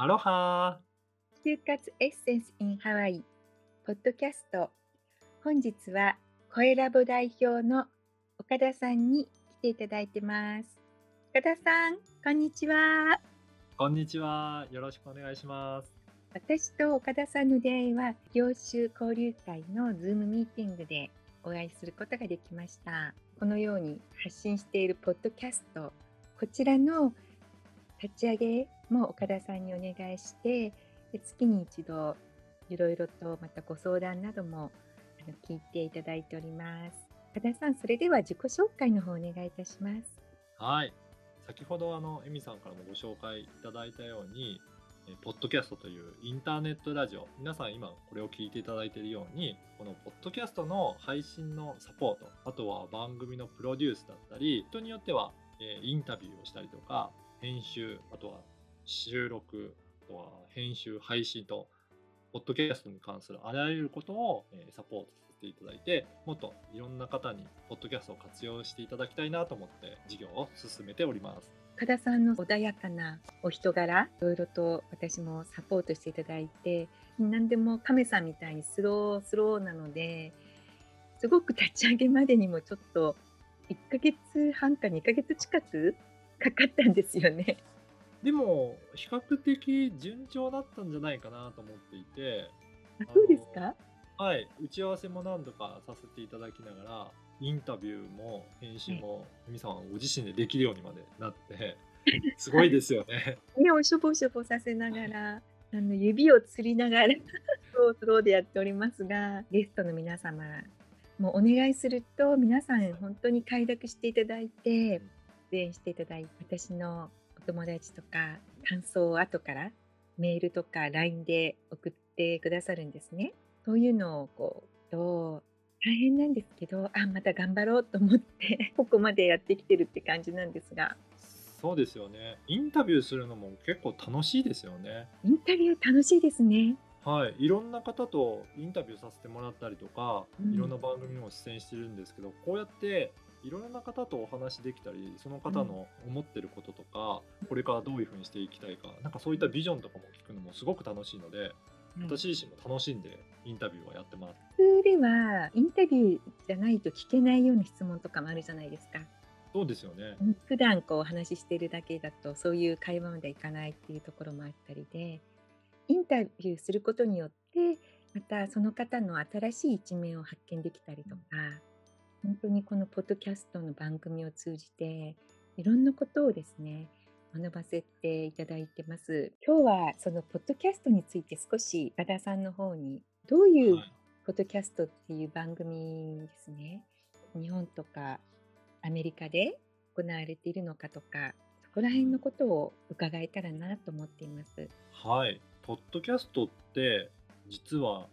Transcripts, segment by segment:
アロハ就活エッセンス in ハワイポッドキャスト。本日は声ラボ代表の岡田さんに来ていただいてます。岡田さん、こんにちは。 ー、こんにちは。よろしくお願いします。 私と岡田さんの出会いは業種交流会のズームミーティングでお会いすることができました。このように発信しているポッドキャスト、こちらの立ち上げも岡田さんにお願いして、で月に一度いろいろとまたご相談なども聞いていただいております。岡田さん、それでは自己紹介の方お願いいたします。 はい。先ほどエミさんからもご紹介いただいたように、ポッドキャストというインターネットラジオ、皆さん今これを聞いていただいているように、このポッドキャストの配信のサポート、あとは番組のプロデュースだったり、人によってはインタビューをしたりとか、編集、あとは収録、あとは編集、配信と、ポッドキャストに関するあらゆることをサポートさせていただいて、もっといろんな方にポッドキャストを活用していただきたいなと思って事業を進めております。 岡田さんの穏やかなお人柄、いろいろと私もサポートしていただいて、何でも亀さんみたいにスローなので、すごく立ち上げまでにもちょっと1ヶ月半か2ヶ月近くかかったんですよね。 でも比較的順調だったんじゃないかなと思っていて、 あ、 あそうですのか？ はい、打ち合わせも何度かさせていただきながら、インタビューも編集ね、 もエミさんはご自身でできるようにまでなって、すごいですよね。 目をしょぼしょぼさせながら、指をつりながらスローでやっておりますが、ゲストの皆様、もうお願いすると皆さん本当に快諾していただいて、 うん出演していただいて、私のお友達とか感想を後からメールとか LINE で送ってくださるんですね。そういうのを大変なんですけど、また頑張ろうと思ってここまでやってきてるって感じなんですが、 そうですよね。インタビューするのも結構楽しいですよね。 インタビュー楽しいですね。 はい、いろんな方とインタビューさせてもらったりとか、 うん。 いろんな番組にも出演してるんですけど、こうやっていろんな方とお話できたり、そのうん。 方の思ってることとか、これからどういうふうにしていきたいか、なんかそういったビジョンとかも聞くのもすごく楽しいので、 はい。 私自身も楽しんでインタビューはやってます。 普通ではインタビューじゃないと聞けないような質問とかもあるじゃないですか。 そうですよね。 普段お話ししているだけだとそういう会話までいかないっていうところもあったりで、インタビューすることによってまたその方の新しい一面を発見できたりとか、本当にこのポッドキャストの番組を通じていろんなことをですね、学ばせていただいてます。今日はそのポッドキャストについて少し岡田さんの方に、どういうはい。 ポッドキャストっていう番組ですね、日本とかアメリカで行われているのかとか、そこらうん、 辺のことを伺えたらなと思っています。 はい。ポッドキャストって実は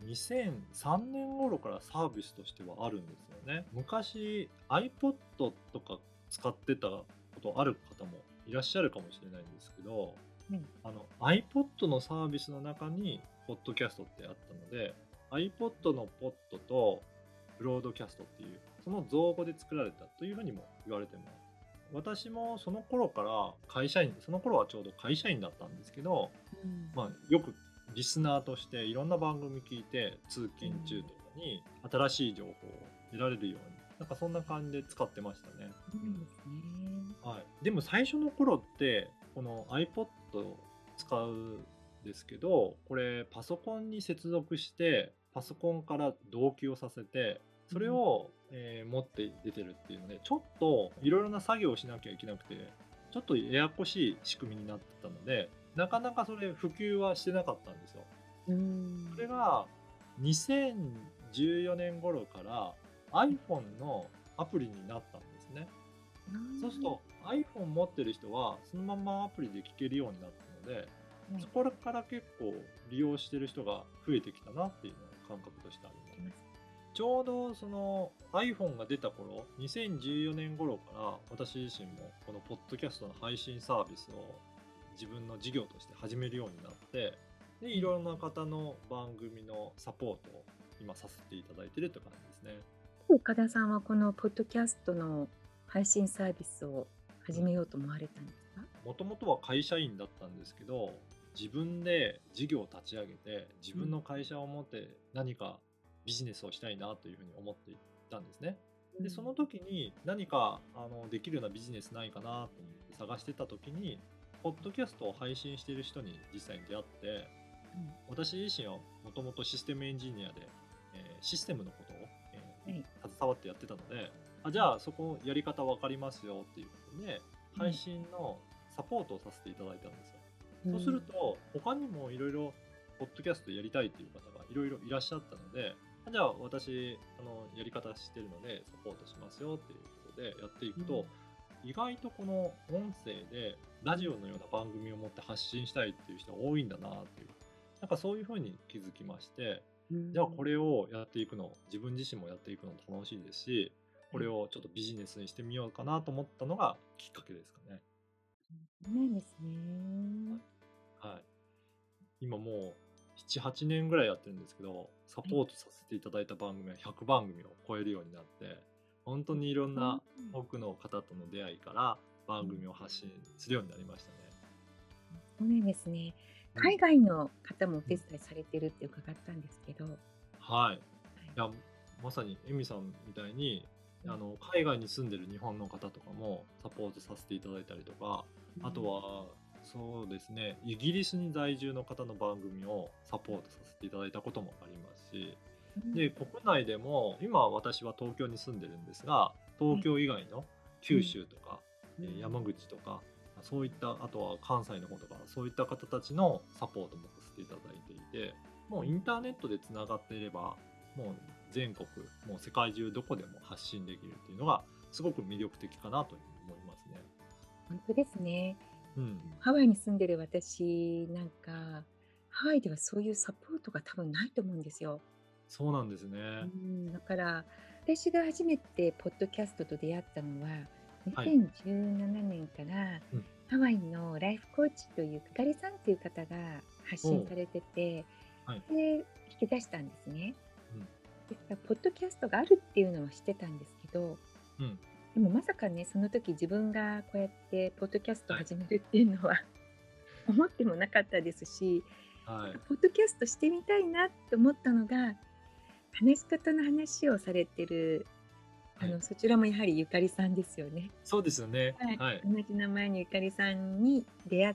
2003年頃からサービスとしてはあるんですよね。昔 iPod とか使ってたことある方もいらっしゃるかもしれないんですけど、 はい。 iPod のサービスの中にポッドキャストってあったので、iPod のポッドとブロードキャストっていうその造語で作られたというふうにも言われてます。私もその頃から会社員、その頃はちょうど会社員だったんですけど、 うん。 よくリスナーとしていろんな番組聞いて通うん。 勤中とかに新しい情報を得られるように、なんかそんな感じで使ってましたね。 そうなんですね。 はい。でも最初の頃ってこの iPod を使うんですけど、これパソコンに接続してパソコンから同期をさせて、それうん。 を、持って出てるっていうので、ちょっといろいろな作業をしなきゃいけなくて、ちょっとややこしい仕組みになってたので、なかなかそれ普及はしてなかったんですよ。 うーん。 それが2014年頃から iPhone のアプリになったんですね。 ああ、 そうすると iPhone 持ってる人はそのままアプリで聞けるようになったので、 はい、 そこから結構利用してる人が増えてきたなっていうのが感覚としてあります。 きます。 ちょうどその iPhone が出た頃、2014年頃から私自身もこのポッドキャストの配信サービスを自分の事業として始めるようになって、で、いはい。 ろんな方の番組のサポートを今させていただいているという感じですね。 岡田さんはこのポッドキャストの配信サービスをうん。 始めようと思われたんですか？ もともとは会社員だったんですけど、 自分で事業を立ち上げて自分の会社を持って何かビジネスをしたいなというふうに思っていたんですね。でその時に何かできるようなビジネスないかなと思って探してた時にポッドキャストを配信している人に実際に出会って、私自身はもともとシステムエンジニアで、システムのことを、携わってやってたので、じゃあそこやり方分かりますよっていうことで配信のサポートをさせていただいたんですよ。そうすると他にもいろいろポッドキャストやりたいという方がいろいろいらっしゃったので、じゃあ私やり方知ってるのでサポートしますよっていうことでやっていくと、意外とこの音声でラジオのような番組を持って発信したいっていう人が多いんだなっていう、なんかそういうふうに気づきまして、じゃあこれをやっていくの、自分自身もやっていくの楽しいですし、これをちょっとビジネスにしてみようかなと思ったのがきっかけですかね。 そうなんですね。 はい。今もう7、8年ぐらいやってるんですけど、サポートさせていただいた番組は100番組を超えるようになって、本当にいろんな多くの方との出会いから番組を発信するようになりましたね。 そうなんですね。 うん海外の方もお手伝いされてるって伺ったんですけど、 はい。いや、まさにエミさんみたいに、海外に住んでる日本の方とかもサポートさせていただいたりとか、あとは、そうですね、イギリスに在住の方の番組をサポートさせていただいたこともありますし、で、国内でも、今私は東京に住んでるんですが、東京以外の九州とか、山口とか、そういった、あとは関西の方とか、そういった方たちのサポートもさせていただいていて、もうインターネットでつながっていれば、もう全国、もう世界中どこでも発信できるっていうのが、すごく魅力的かなというふうに思いますね。 本当ですね。 うん。 ハワイに住んでる私なんか、ハワイではそういうサポートが多分ないと思うんですよ。 そうなんですね。 だから私が初めてポッドキャストと出会ったのははい。 2017年からうん。 ハワイのライフコーチというピカリさんっていう方が発信おう。 されてて、 はい。 で聞き出したんですね。 うん。 ですからポッドキャストがあるっていうのは知ってたんですけど、 うん。 でもまさかね、その時自分がこうやってポッドキャストをはい。 始めるっていうのは思ってもなかったですし、 はい。 ポッドキャストしてみたいなって思ったのが、話し方の話をされてる、 はい。 そちらもやはりゆかりさんですよね。 そうですよね。 はい。 はい。 同じ名前のゆかりさんに出会って、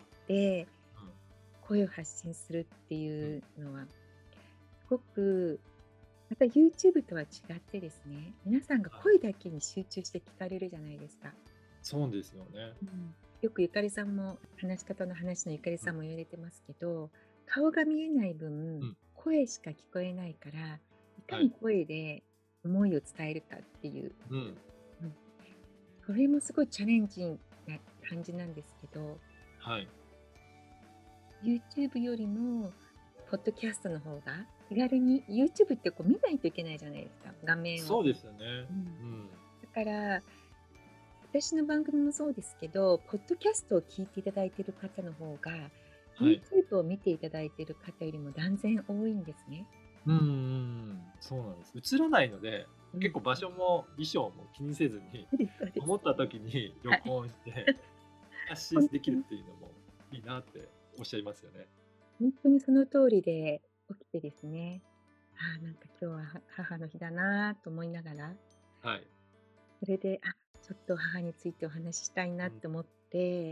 うん。 声を発信するってうん。 いうのは、すごく、また YouTube とは違ってですね、皆さんがはい。 声だけに集中して聞かれるじゃないですか。 そうですよね。 よくゆかりさんも、話し方の話のゆかりうん。 さんも言われてますけど、顔が見えない分、 うん。 声しか聞こえないから、いかにはい。 声で思いを伝えるかっていう、 うん。 うん、これもすごいチャレンジな感じなんですけど、 はい。 YouTube よりも、ポッドキャストの方が手軽に、YouTube ってこう見ないといけないじゃないですか、画面を。 そうですよね。 うん、 うん。 だから、私の番組もそうですけど、ポッドキャストを聞いていただいている方の方が、 はい。 YouTube を見ていただいている方よりも断然多いんですね。 うんうんうん。そうなんです。映らないので、 うん。 結構場所も衣装も気にせずに、 そうですそうです。 思った時にはい。 録音して発信できるっほんとにていうのもいいなっておっしゃいますよね。 ほんとにその通りで起きてですね、なんか今日は母の日だなと思いながら、 はい。 それで、ちょっと母についてお話ししたいうん。 なって思って、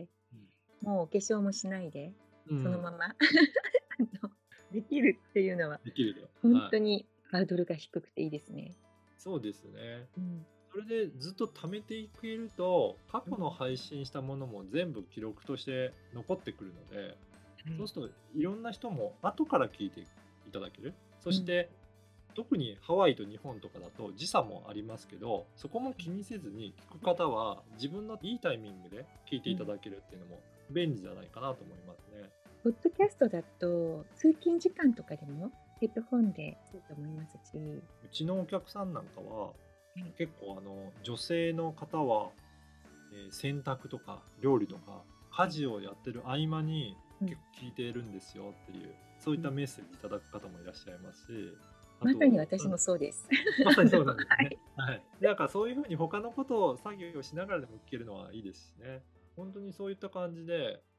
うん。 もうお化粧もしないで、 うん。 そのままできるっていうのは、 できると。 ほんはい。 とにハードルが低くていいですね。 そうですね。 うん。 それでずっと貯めていけると、過うん。 去の配信したものも全部記録として残ってくるので、 はい。 そうするといろんな人も後から聞いていただける。そうん。 して特にハワイと日本とかだと時差もありますけど、そこも気にせずに聞く方は自分のいいタイミングで聞いてうん。 いただけるっていうのも便利じゃないかなと思いますね。 ポッドキャストだと、通勤時間とかでもヘッドホンでいいと思いますし、 うちのお客さんなんかははい。 結構女性の方は、洗濯とか料理とか家はい。 事をやってる合間にうん。 結構聞いているんですよっていう、そういうん。 ったメッセージいただく方もいらっしゃいますし、あまさにと、 私もそうです。 まさにそうなんですね。 はい。 はい。なんかそういう風に他のことを作業しながらでも聞けるのはいいですしね。本当にそういった感じで、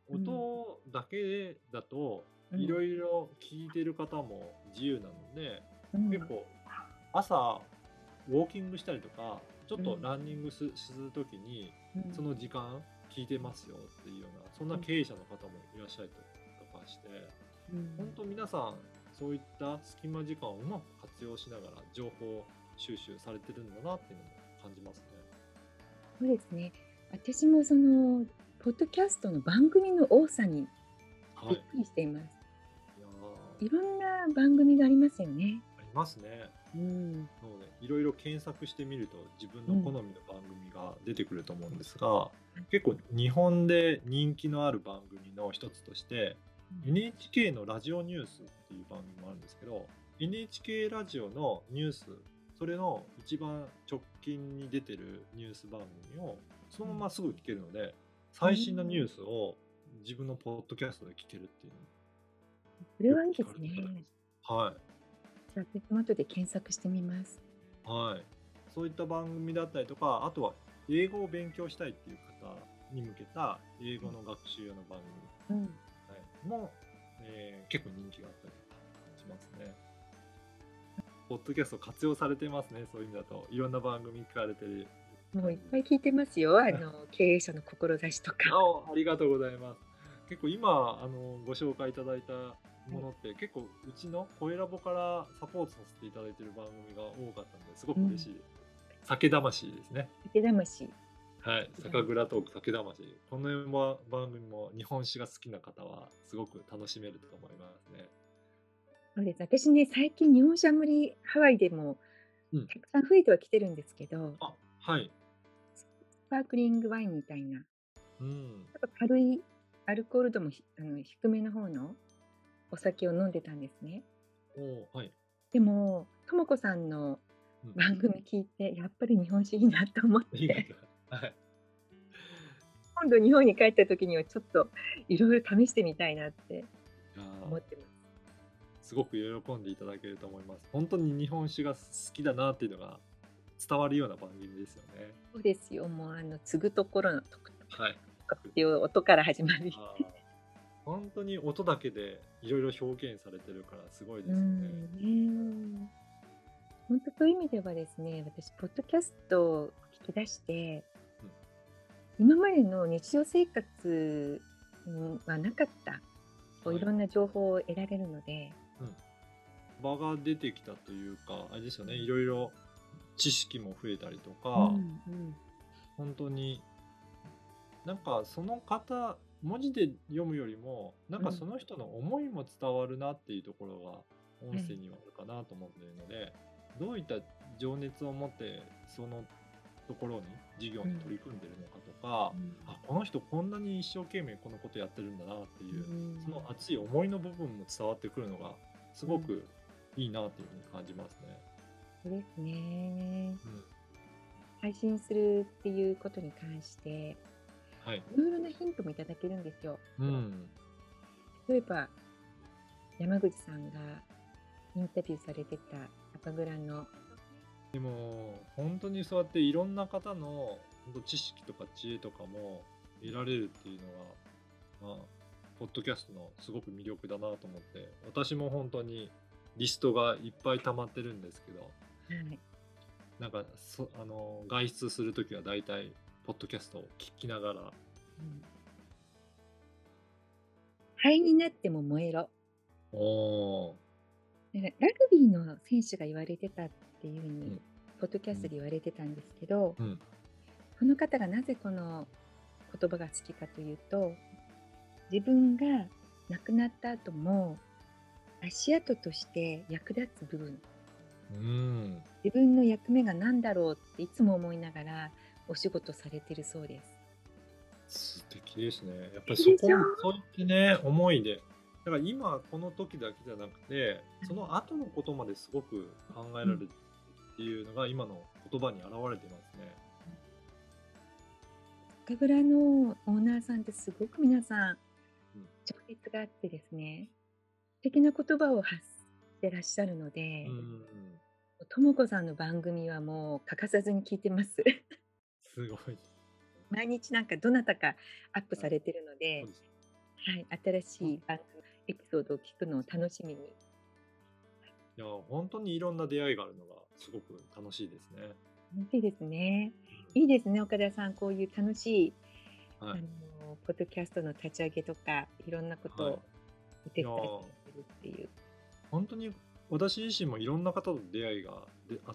うん音だけだというんろいろ聞いてる方も自由なので、 うん結構朝ウォーキングしたりとか、ちょっとうんランニングするときに、 うんその時間聞いてますよっていうような、そんなうん経営者の方もいらっしゃるとかして、本当皆さん、そういった隙間時間をうまく活用しながら情報収集されてるんだなっていうのも感じますね。 そうですね。私もそのポッドキャストの番組の多さにはい。 びっくりしています。 いやいろんな番組がありますよね。 ありますね。 うん、 なので、いろいろ検索してみると自分うん、 の好みの番組が出てくると思うんですが、結構日本で人気のある番組の一つとして、NHK のラジオニュースっていう番組もあるんですけど、NHK ラジオのニュース、それの一番直近に出てるニュース番組をそのまますぐ聞けるので、最新のニュースを自分のポッドキャストで聞けるっていうそれのよく聞はいいですかれてる方がいまね。 す。はい。 じゃあ、私も後で検索してみます。 はい。そういった番組だったりとか、あとは英語を勉強したいっていう方に向けた英語の学習用の番組、 うん、 はい、も、結構人気があったりとかしますね。ポッドキャスト活用されてますね、そういう意味だと。いろんな番組聞かれてるもういっ感じで。 ぱい聞いてますよ。経営者の志とか。 ありがとうございます。結構今、ご紹介いただいたものって、結構うちの声ラボからサポートさせていただいている番組が多かったので、すごく嬉しいです。酒魂ですね。 酒魂。 はい、酒蔵トーク酒魂。この番組も日本酒が好きな方はすごく楽しめると思いますね。 そうです。私ね、最近日本酒あんまりハワイでもうん。 たくさん増えてはきてるんですけど、 あ、はい。 スパークリングワインみたいな、ちうん。 ょっと軽いアルコール度も低めの方のお酒を飲んでたんですね。 はい。 でも、ともこさんのうん。 番組聞いて、やっぱり日本酒いいなと思っいいなと。 て、 はい。 今度日本に帰った時にはちょっといろいろ試してみたいなっていや思ってます。 すごく喜んでいただけると思います。本当に日本酒が好きだなっていうのが伝わるような番組ですよね。 そうですよ。もう継ぐところのとことはい。 かっていう音から始まり。 あー本当に音だけでいろいろ表現されてるからすごいですよね。 ね。本当そういう意味ではですね、私ポッドキャストを聞き出して、今までの日常生活はなかったこうはいいろんな情報を得られるので、 場が出てきたというか、あれですよね、いろいろ知識も増えたりとか、 うん本当になんかその方、文字で読むよりも、なんかその人の思いも伝わるなっていうところが音声にはあるかなと思っているので、どういった情熱を持ってそのところに事業に取り組んでるのかとか、あ、この人こんなに一生懸命このことやってるんだなっていう、その熱い思いの部分も伝わってくるのがすごくいいなっていうふうに感じますね。 そうですね。 うん配信するっていうことに関して、 はい。 いろいろなヒントもいただけるんですよ。 うん。 例えば、山口さんがインタビューされてた酒蔵の、 でも本当にそうやっていろんな方の本当知識とか知恵とかも得られるっていうのは、まあ、ポッドキャストのすごく魅力だなと思って、私も本当にリストがいっぱい溜まってるんですけど、 はい、 なんか外出するときはだいたいポッドキャストを聞きながら、 灰になっても燃えろ。 おー、 ラグビーの選手が言われてたっていうふうに、 うんポッドキャストで言われてたんですけど、 うんこの方がなぜこの言葉が好きかというと、自分が亡くなった後も足跡として役立つ部分、 うん自分の役目が何だろうっていつも思いながらお仕事されてるそうです。 素敵ですね。やっぱりいいでしょそういってね、思いで。だから今この時だけじゃなくて、その後のことまですごく考えられるっていうのが今の言葉に表れてますね。 酒蔵のオーナーさんってすごく皆さんうん情熱があってですね、素敵な言葉を発してらっしゃるので、 うんともこさんの番組はもう欠かさずに聞いてます。 すごい。 毎日なんかどなたかアップはい、 されてるので、 そうです。 はい、新しい番組エピソードを聞くのを楽しみに。 いや、本当にいろんな出会いがあるのがすごく楽しいですね。 楽しいですね。 ういいですね、岡田さん、こういう楽しいん、はい。 ポッドキャストの立ち上げとか、いろんなことはい。 をお手いや伝いさー、 れてるっていう。 本当に私自身もいろんな方と出会いがあって、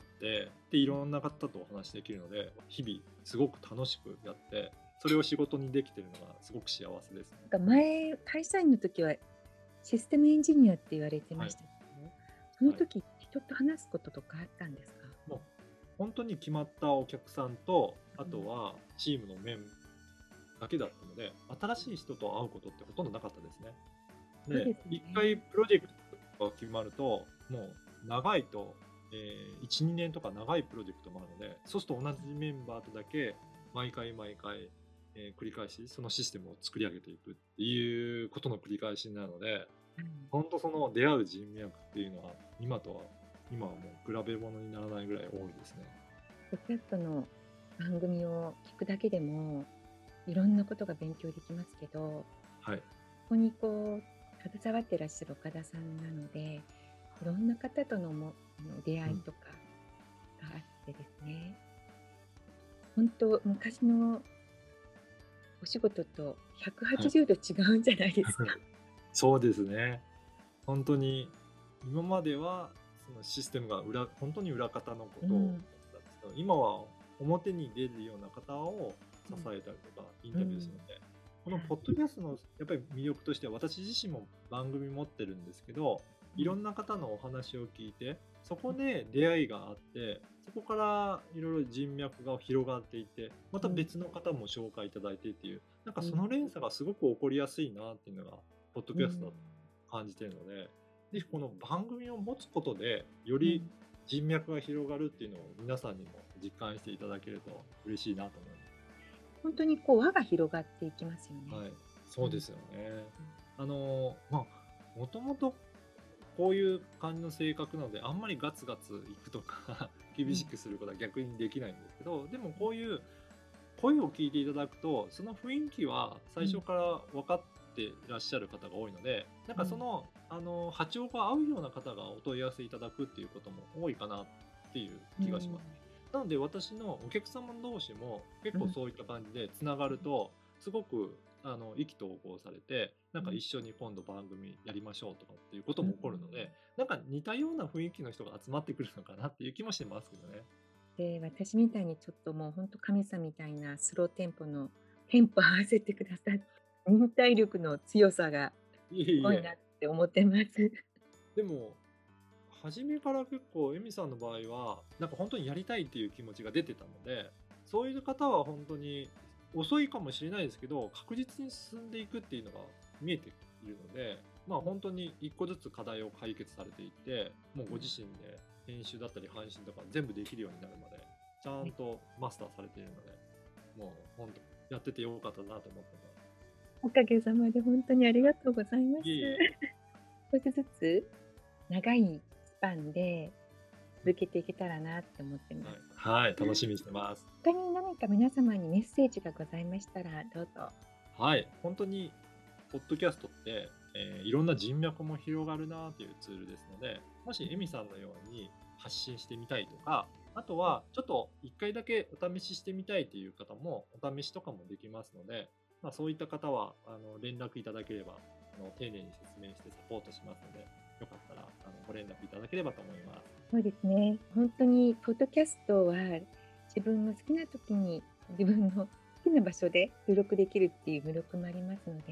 で、いろんな方とお話しできるので、日々すごく楽しくやって、それを仕事にできてるのがすごく幸せですね。 なんか前、会社員の時はシステムエンジニアって言われてはい。 ましたけど、そのはい。 時人と話すこととかあったんですか？ もう本当に決まったお客さんと、あうん、 とはチームの面だけだったので、新しい人と会うことってほとんどなかったですね。で、 そうです一回ね。 プロジェクトが決まると、もう長いと、1、2年とか長いプロジェクトもあるので、そうすると同じメンバーとだけ毎回毎回、繰り返しそのシステムを作り上げていくっていうことの繰り返しなので、 うん。 本当その出会う人脈っていうのは今はもう比べ物にならないぐらい多いですね。 ポッドキャストの番組を聞くだけでも、いろんなことが勉強できますけど、こはい。 こにこう携わってらっしゃる岡田さんなので、いろんな方との出うん。 会いとかがあってですね、本当昔のお仕事とはい。 180度違うんじゃないですか。 そうですね。本当に今まではそのシステムが本当に裏方のことを思っうん、 たんですけど、今は表に出るような方を支うん、 えたりとかインタビューすうん。 るので、このポッドキャストのやっぱり魅力としては、私自身も番組持ってるんですけど、 うん、 いろんな方のお話を聞いて、そこで出会いがあって、そこからいろいろ人脈が広がっていって、またうん、 別の方も紹介いただいてっていう、なんかうん、 その連鎖がすごく起こりやすいなっていうのが、ポッドうん、 キャストだと感じているので、ぜひこの番組を持つことで、よりうん。 人脈が広がるっていうのを皆さんにも実感していただけると嬉しいなと思いま本当にこう輪が広がっていきますよす。 ね。 はい。 うん、 そうですよね。もともとこういう感じの性格なので、あんまりガツガツいくとかうん、 厳しくすることは逆にできないんですけど、でもこういう声を聞いていただくと、その雰囲気は最初うん、 から分かっていらっしゃる方が多いので、なんうん、 かその、波長が合うような方がお問い合わせいただくっていうことも多いかなっていううん、 気がします。なので私のお客様同士も結うん、 構そういった感じでつながると、すごく意気投合されて、なんか一緒に今度番組やりましょうとかっていうことうん。 も起こるので、なんか似たような雰囲気の人が集まってくるのかなっていう気もしてますけどね。 で、私みたいにちょっともう本当神様みたいなスローテンポのテンポ合わせてくださって、忍耐力の強さがいえすごいないえ。 って思ってます。 でも初めから結構エミさんの場合は、なんか本当にやりたいっていう気持ちが出てたので、そういう方は本当に遅いかもしれないですけど、確実に進んでいくっていうのが見えているので、まあ本当に一個ずつ課題を解決されていって、もうご自身で編集だったり配信とか全部できるようになるまで、ちゃんとマスターされているので、もう本当やっててよかったなと思ってます。 おかげさまで本当にありがとうございます。 いえいえ。 少しずつ長いスパンで続けていけたらなって思ってます。 はい、はい、楽しみにしてます。 他に何か皆様にメッセージがございましたらどうぞ。 はい、本当にポッドキャストって、いろんな人脈も広がるなというツールですので、もしエミさんのように発信してみたいとか、あとはちょっと1回だけお試ししてみたいという方もお試しとかもできますので、まあ、そういった方は連絡いただければ丁寧に説明してサポートしますので、よかったらご連絡いただければと思います。 そうですね。本当にポッドキャストは自分の好きな時に自分の好きな場所で収録できるっていう魅力もありますので、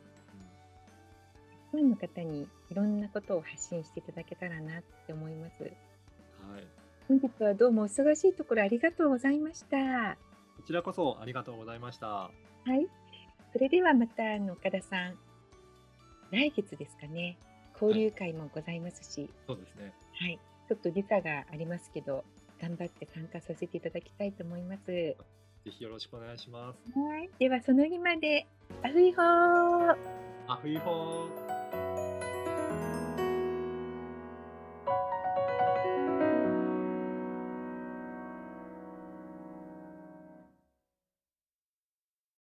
ファンの方にいろんなことを発信していただけたらなって思います。 はい、 本日はどうもお忙しいところありがとうございました。はこちらこそありがとうございました。 い。それではまた岡田さん、来月ですかね、交はい、 流会もございますし、 そうですね。 はい。ちょっと時差がありますけど、頑張って参加させていただきたいと思います。 ぜひよろしくお願いします。 はい。ではその日まで、アフイホー。 アフイホー。